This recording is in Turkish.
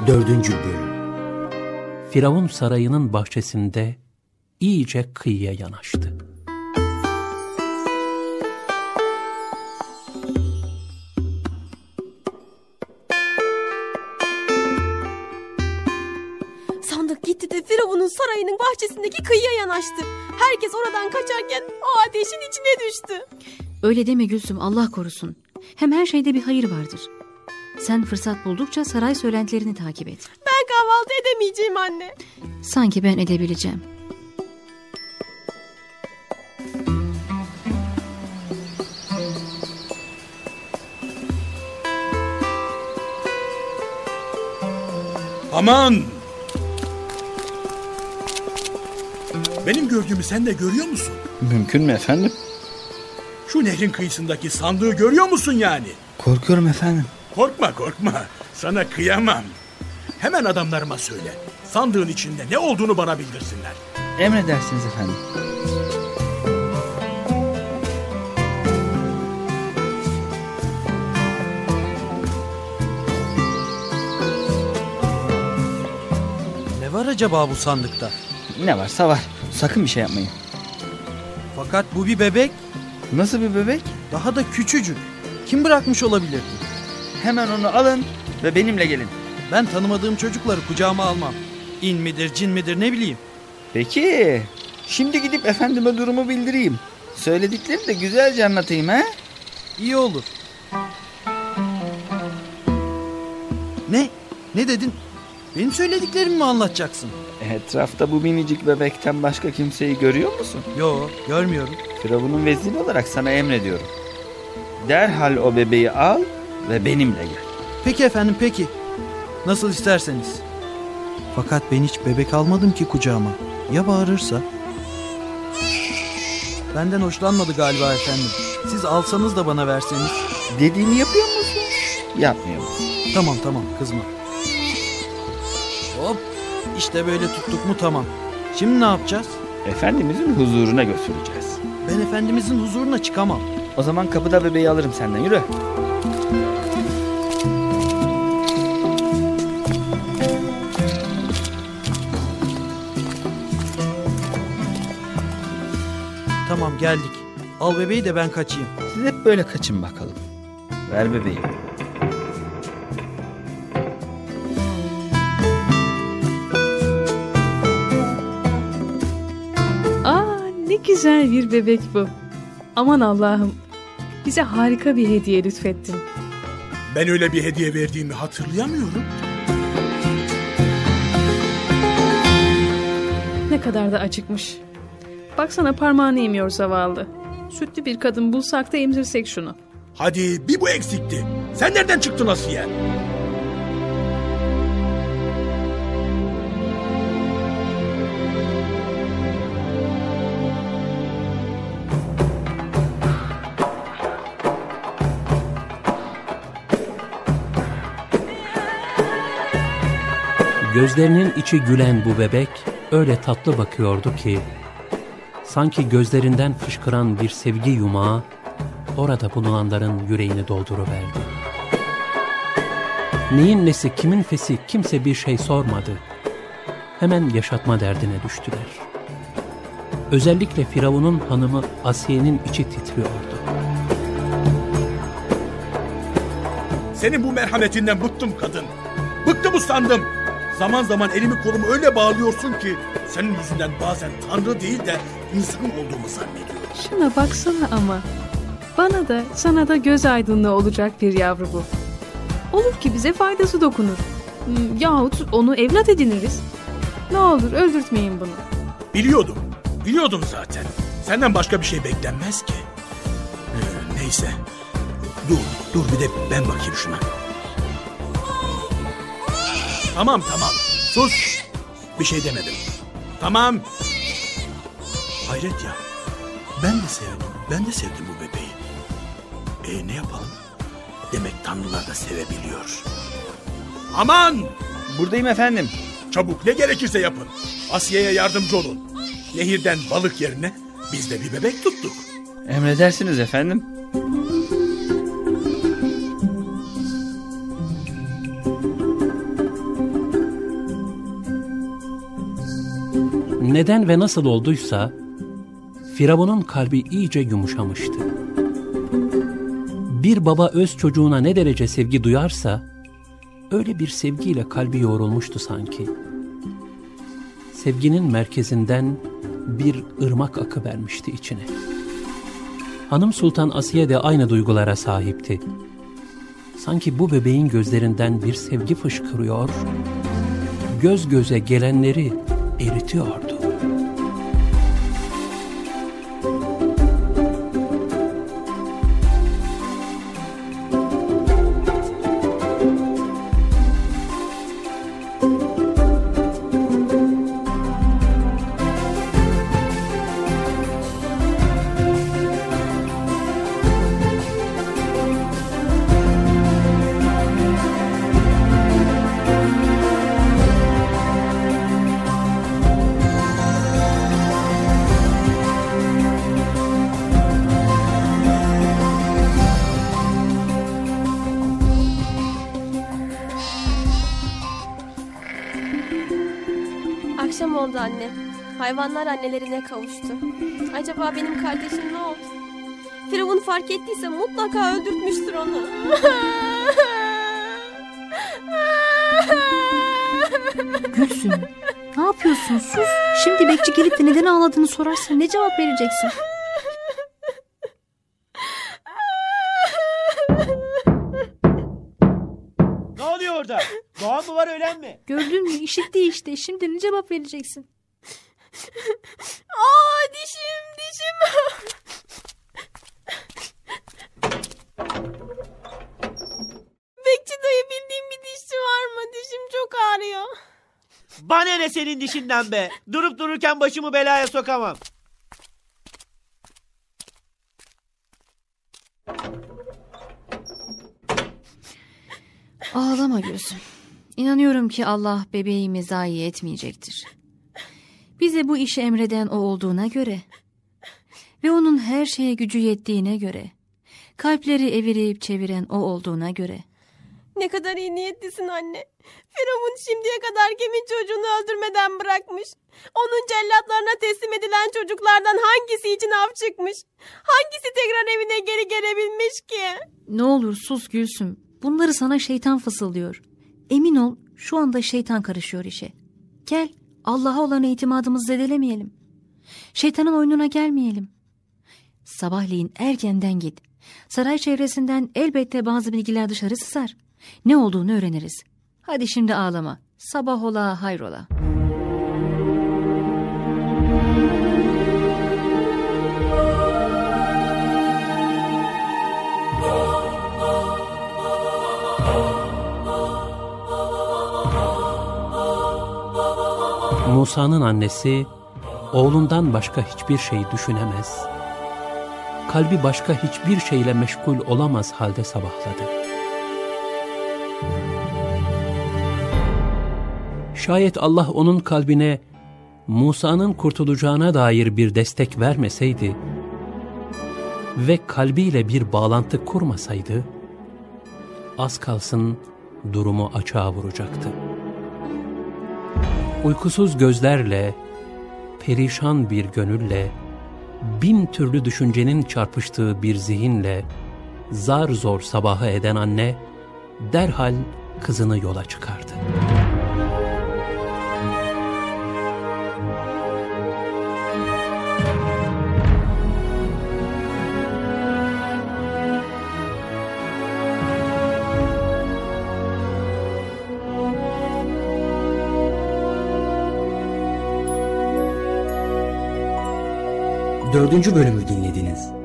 4. Bölüm. Firavun sarayının bahçesinde iyice kıyıya yanaştı. Sandık gitti de Firavun'un sarayının bahçesindeki kıyıya yanaştı. Herkes oradan kaçarken o ateşin içine düştü. Öyle deme Gülsüm, Allah korusun. Hem her şeyde bir hayır vardır. Sen fırsat buldukça saray söylentilerini takip et. Ben kahvaltı edemeyeceğim anne. Sanki ben edebileceğim. Aman! Benim gördüğümü sen de görüyor musun? Mümkün mü efendim? Şu nehrin kıyısındaki sandığı görüyor musun yani? Korkuyorum efendim. Korkma korkma. Sana kıyamam. Hemen adamlarıma söyle. Sandığın içinde ne olduğunu bana bildirsinler. Emredersiniz efendim. Ne var acaba bu sandıkta? Ne varsa var. Sakın bir şey yapmayın. Fakat bu bir bebek. Nasıl bir bebek? Daha da küçücük. Kim bırakmış olabilir? Hemen onu alın ve benimle gelin. Ben tanımadığım çocukları kucağıma almam. İn midir, cin midir ne bileyim. Peki. Şimdi gidip efendime durumu bildireyim. Söylediklerini de güzelce anlatayım ha? İyi olur. Ne? Ne dedin? Benim söylediklerimi mi anlatacaksın? Etrafta bu minicik bebekten başka kimseyi görüyor musun? Yo, görmüyorum. Firavun'un veziri olarak sana emrediyorum. Derhal o bebeği al ve benimle gel. Peki efendim, peki. Nasıl isterseniz. Fakat ben hiç bebek almadım ki kucağıma. Ya bağırırsa? Benden hoşlanmadı galiba efendim. Siz alsanız da bana verseniz. Dediğimi yapıyor musun? Yapmıyor musun? Tamam kızma. Hop, işte böyle tuttuk mu tamam. Şimdi ne yapacağız? Efendimizin huzuruna götüreceğiz. Ben efendimizin huzuruna çıkamam. O zaman kapıda bebeği alırım senden, yürü. Tamam, geldik. Al bebeği de ben kaçayım. Siz hep böyle kaçın bakalım. Ver bebeği. Ne güzel bir bebek bu. Aman Allah'ım, bize harika bir hediye lütfettin. Ben öyle bir hediye verdiğimi hatırlayamıyorum. Ne kadar da acıkmış. Baksana, parmağını emiyor zavallı. Sütlü bir kadın bulsak da emzirsek şunu. Hadi bir bu eksikti. Sen nereden çıktın Asiye? Gözlerinin içi gülen bu bebek öyle tatlı bakıyordu ki, sanki gözlerinden fışkıran bir sevgi yumağı orada bulunanların yüreğini dolduruverdi. Neyin nesi, kimin fesi kimse bir şey sormadı. Hemen yaşatma derdine düştüler. Özellikle Firavun'un hanımı Asiye'nin içi titriyordu. Senin bu merhametinden bıktım kadın. Bıktım usandım. Zaman zaman elimi kolumu öyle bağlıyorsun ki senin yüzünden bazen Tanrı değil de insan olduğumu zannediyorum. Şuna baksana ama. Bana da sana da göz aydınlığı olacak bir yavru bu. Olur ki bize faydası dokunur. Yahut onu evlat ediniriz. Ne olur öldürtmeyin bunu. Biliyordum zaten. Senden başka bir şey beklenmez ki. Neyse. Dur bir de ben bakayım şuna. Tamam. Sus. Bir şey demedim. Tamam. Hayret ya. Ben de sevdim bu bebeği. Ne yapalım? Demek tanrılar da sevebiliyor. Aman! Buradayım efendim. Çabuk ne gerekirse yapın. Asiye'ye yardımcı olun. Nehirden balık yerine biz de bir bebek tuttuk. Emredersiniz efendim. Neden ve nasıl olduysa Firavun'un kalbi iyice yumuşamıştı. Bir baba öz çocuğuna ne derece sevgi duyarsa öyle bir sevgiyle kalbi yoğrulmuştu sanki. Sevginin merkezinden bir ırmak akıvermişti içine. Hanım Sultan Asiye de aynı duygulara sahipti. Sanki bu bebeğin gözlerinden bir sevgi fışkırıyor, göz göze gelenleri eritiyordu. Akşam oldu anne. Hayvanlar annelerine kavuştu. Acaba benim kardeşim ne oldu? Firavun fark ettiyse mutlaka öldürtmüştür onu. Gülsüm, ne yapıyorsun? Sus. Şimdi bekçi gelip de neden ağladığını sorarsa ne cevap vereceksin? Ne oluyor orada? Doğan mı var, ölen mi? Gördün mü? İşitti işte. Şimdi ne cevap vereceksin? Aa, dişim. Bekçi dayı, bildiğin bir dişçi var mı? Dişim çok ağrıyor. Bana ne senin dişinden be? Durup dururken başımı belaya sokamam. Ağlama Gülsüm. İnanıyorum ki Allah bebeğimi zayi etmeyecektir. Bize bu işi emreden o olduğuna göre ve onun her şeye gücü yettiğine göre, kalpleri evirip çeviren o olduğuna göre. Ne kadar iyi niyetlisin anne. Firavun şimdiye kadar kimin çocuğunu öldürmeden bırakmış? Onun cellatlarına teslim edilen çocuklardan hangisi için av çıkmış? Hangisi tekrar evine geri gelebilmiş ki? Ne olur sus Gülsüm. Bunları sana şeytan fısıldıyor. Emin ol, şu anda şeytan karışıyor işe. Gel, Allah'a olan itimadımızı zedelemeyelim. Şeytanın oyununa gelmeyelim. Sabahleyin erkenden git. Saray çevresinden elbette bazı bilgiler dışarı sızar. Ne olduğunu öğreniriz. Hadi şimdi ağlama. Sabah ola hayrola. Musa'nın annesi oğlundan başka hiçbir şey düşünemez, kalbi başka hiçbir şeyle meşgul olamaz halde sabahladı. Şayet Allah onun kalbine Musa'nın kurtulacağına dair bir destek vermeseydi ve kalbiyle bir bağlantı kurmasaydı, az kalsın durumu açığa vuracaktı. Uykusuz gözlerle, perişan bir gönülle, bin türlü düşüncenin çarpıştığı bir zihinle zar zor sabahı eden anne derhal kızını yola çıkardı. Dördüncü bölümü dinlediniz.